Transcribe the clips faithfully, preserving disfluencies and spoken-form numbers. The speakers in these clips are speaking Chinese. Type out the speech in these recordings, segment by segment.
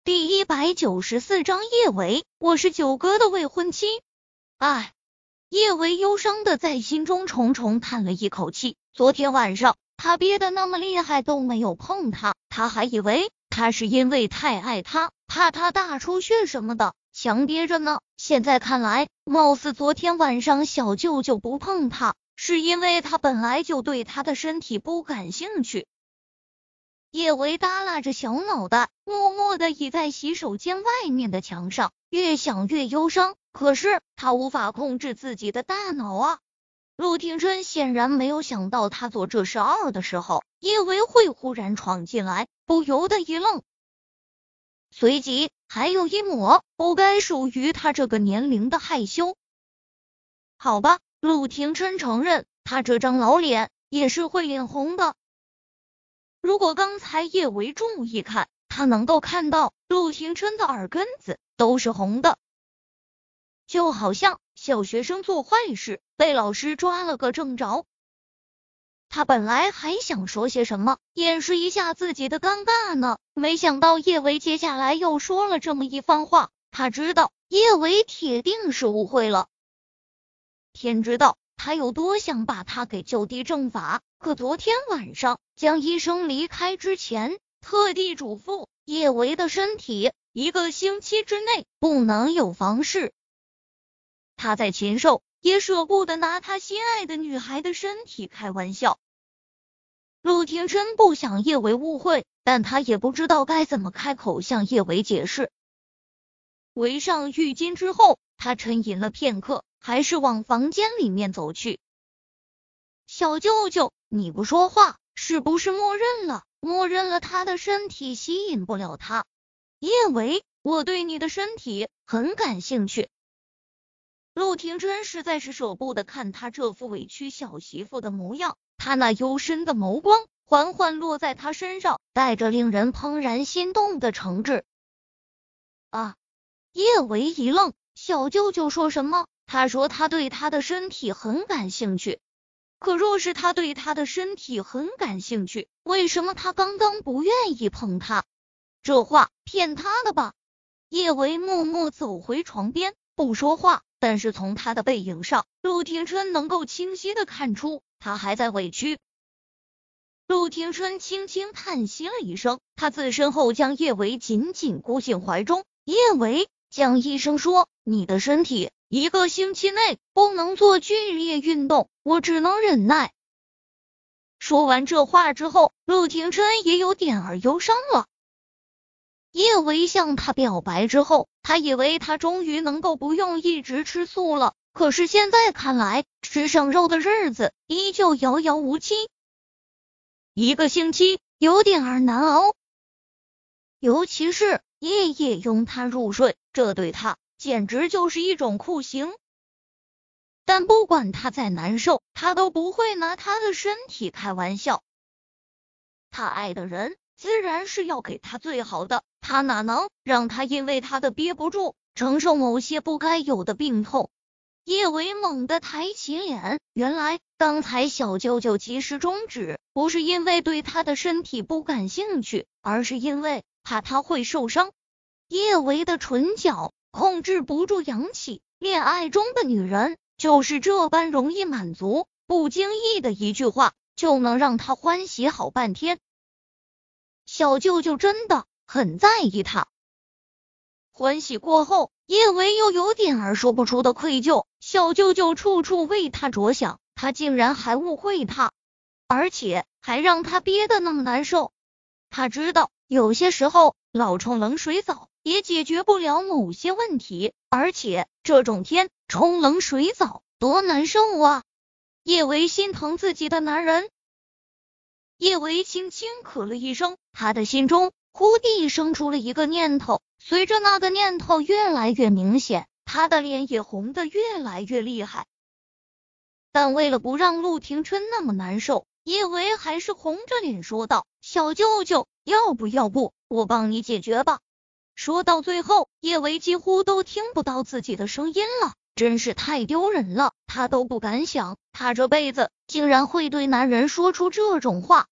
第一百九十四章叶维，我是九哥的未婚妻。唉，叶维忧伤的在心中重重叹了一口气。昨天晚上他憋得那么厉害都没有碰他，他还以为他是因为太爱他，怕他大出血什么的，强憋着呢。现在看来，貌似昨天晚上小舅舅不碰他，是因为他本来就对他的身体不感兴趣。叶维耷拉着小脑袋，默默地倚在洗手间外面的墙上，越想越忧伤。可是他无法控制自己的大脑啊！陆廷琛显然没有想到，他做这事儿的时候，叶维会忽然闯进来，不由得一愣，随即还有一抹不该属于他这个年龄的害羞。好吧，陆廷琛承认，他这张老脸也是会脸红的。如果刚才叶维注意看，他能够看到陆廷琛的耳根子都是红的，就好像小学生做坏事被老师抓了个正着。他本来还想说些什么掩饰一下自己的尴尬呢，没想到叶维接下来又说了这么一番话。他知道叶维铁定是误会了，天知道他有多想把他给就地正法。可昨天晚上江医生离开之前，特地嘱咐叶维的身体一个星期之内不能有房事。他在禽兽也舍不得拿他心爱的女孩的身体开玩笑。陆廷琛不想叶维误会，但他也不知道该怎么开口向叶维解释。围上浴巾之后，他沉吟了片刻，还是往房间里面走去。小舅舅，你不说话，是不是默认了默认了他的身体吸引不了他？叶维，我对你的身体很感兴趣。陆廷琛实在是舍不得看他这副委屈小媳妇的模样，他那幽深的眸光缓缓落在他身上，带着令人怦然心动的诚挚。啊！叶维一愣，小舅舅说什么？他说他对他的身体很感兴趣。可若是他对他的身体很感兴趣，为什么他刚刚不愿意碰他？这话骗他的吧？叶维默默走回床边，不说话，但是从他的背影上，陆廷琛能够清晰的看出他还在委屈。陆廷琛轻轻叹息了一声，他自身后将叶维紧紧箍进怀中。叶维，江医生说你的身体一个星期内不能做剧烈运动，我只能忍耐。说完这话之后，陆廷琛也有点儿忧伤了。叶维向他表白之后，他以为他终于能够不用一直吃素了，可是现在看来，吃上肉的日子依旧遥遥无期。一个星期有点儿难熬，尤其是夜夜拥他入睡，这对他简直就是一种酷刑。但不管他再难受，他都不会拿他的身体开玩笑。他爱的人自然是要给他最好的，他哪能让他因为他的憋不住，承受某些不该有的病痛？叶维猛地抬起脸，原来刚才小舅舅及时终止，不是因为对他的身体不感兴趣，而是因为怕他会受伤。叶维的唇角控制不住扬起，恋爱中的女人就是这般容易满足，不经意的一句话就能让他欢喜好半天。小舅舅真的很在意他。欢喜过后，叶维又有点儿说不出的愧疚，小舅舅处处为他着想，他竟然还误会他，而且还让他憋得那么难受。他知道有些时候老冲冷水澡也解决不了某些问题，而且这种天冲冷水澡多难受啊！叶维心疼自己的男人。叶维轻轻咳了一声，他的心中忽地生出了一个念头，随着那个念头越来越明显，他的脸也红得越来越厉害。但为了不让陆廷琛那么难受，叶维还是红着脸说道：小舅舅，要不要不我帮你解决吧。说到最后，叶维几乎都听不到自己的声音了，真是太丢人了。他都不敢想，他这辈子竟然会对男人说出这种话。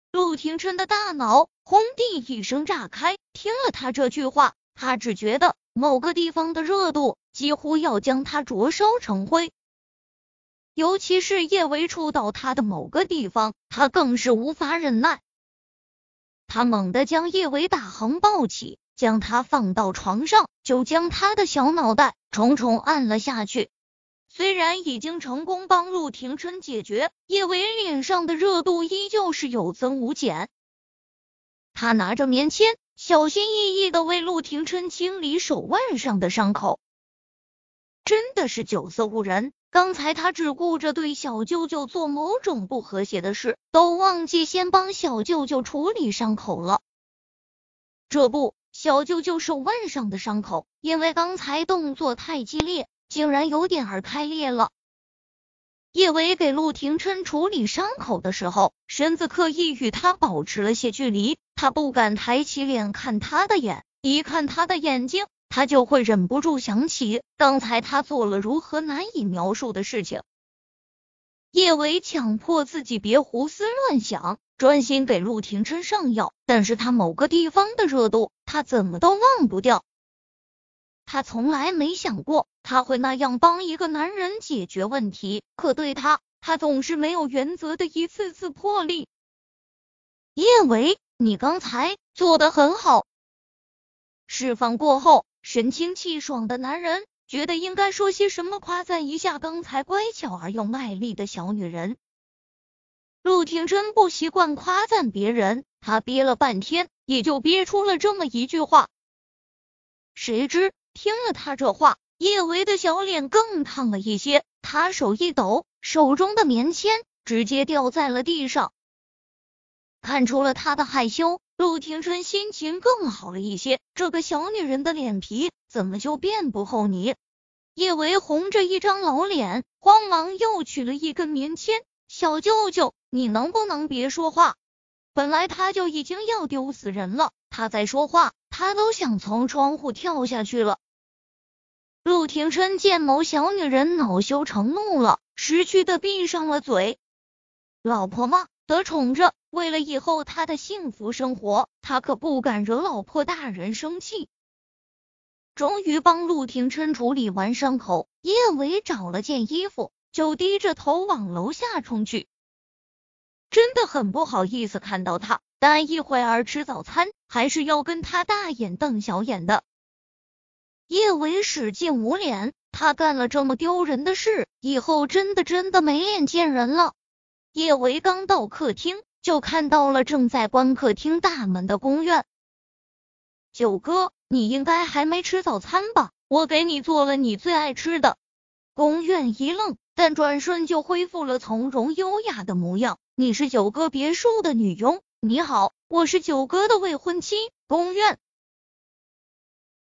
陆廷琛的大脑轰地一声炸开，听了他这句话，他只觉得某个地方的热度几乎要将他灼烧成灰。尤其是叶维触到他的某个地方，他更是无法忍耐。他猛地将叶维大横抱起，将他放到床上，就将他的小脑袋重重按了下去。虽然已经成功帮陆廷琛解决，叶维脸上的热度依旧是有增无减。他拿着棉签，小心翼翼地为陆廷琛清理手腕上的伤口。真的是酒色误人，刚才他只顾着对小舅舅做某种不和谐的事，都忘记先帮小舅舅处理伤口了。这不，小舅舅手腕上的伤口因为刚才动作太激烈，竟然有点儿开裂了。叶维给陆廷琛处理伤口的时候，身子刻意与他保持了些距离，他不敢抬起脸看他的眼，一看他的眼睛，他就会忍不住想起刚才他做了如何难以描述的事情。叶维强迫自己别胡思乱想，专心给陆廷琛上药，但是他某个地方的热度，他怎么都忘不掉。他从来没想过他会那样帮一个男人解决问题，可对他，他总是没有原则的一次次破例。叶维，你刚才做得很好。释放过后，神清气爽的男人觉得应该说些什么夸赞一下刚才乖巧而又卖力的小女人。陆廷琛不习惯夸赞别人，他憋了半天，也就憋出了这么一句话。谁知听了他这话，叶维的小脸更烫了一些，他手一抖，手中的棉签直接掉在了地上。看出了他的害羞，陆廷琛心情更好了一些，这个小女人的脸皮怎么就变不厚泥？叶维红着一张老脸，慌忙又取了一根棉签。小舅舅，你能不能别说话？本来他就已经要丢死人了，他再说话，他都想从窗户跳下去了。陆廷琛见某小女人恼羞成怒了，识趣的闭上了嘴。老婆嘛，得宠着，为了以后他的幸福生活，他可不敢惹老婆大人生气。终于帮陆廷琛处理完伤口，叶维找了件衣服，就低着头往楼下冲去。真的很不好意思看到他，但一会儿吃早餐还是要跟他大眼瞪小眼的。叶维使劲捂脸，他干了这么丢人的事，以后真的真的没脸见人了。叶维刚到客厅，就看到了正在关客厅大门的宫苑。九哥，你应该还没吃早餐吧？我给你做了你最爱吃的。宫苑一愣，但转瞬就恢复了从容优雅的模样。你是九哥别墅的女佣？你好，我是九哥的未婚妻。宫苑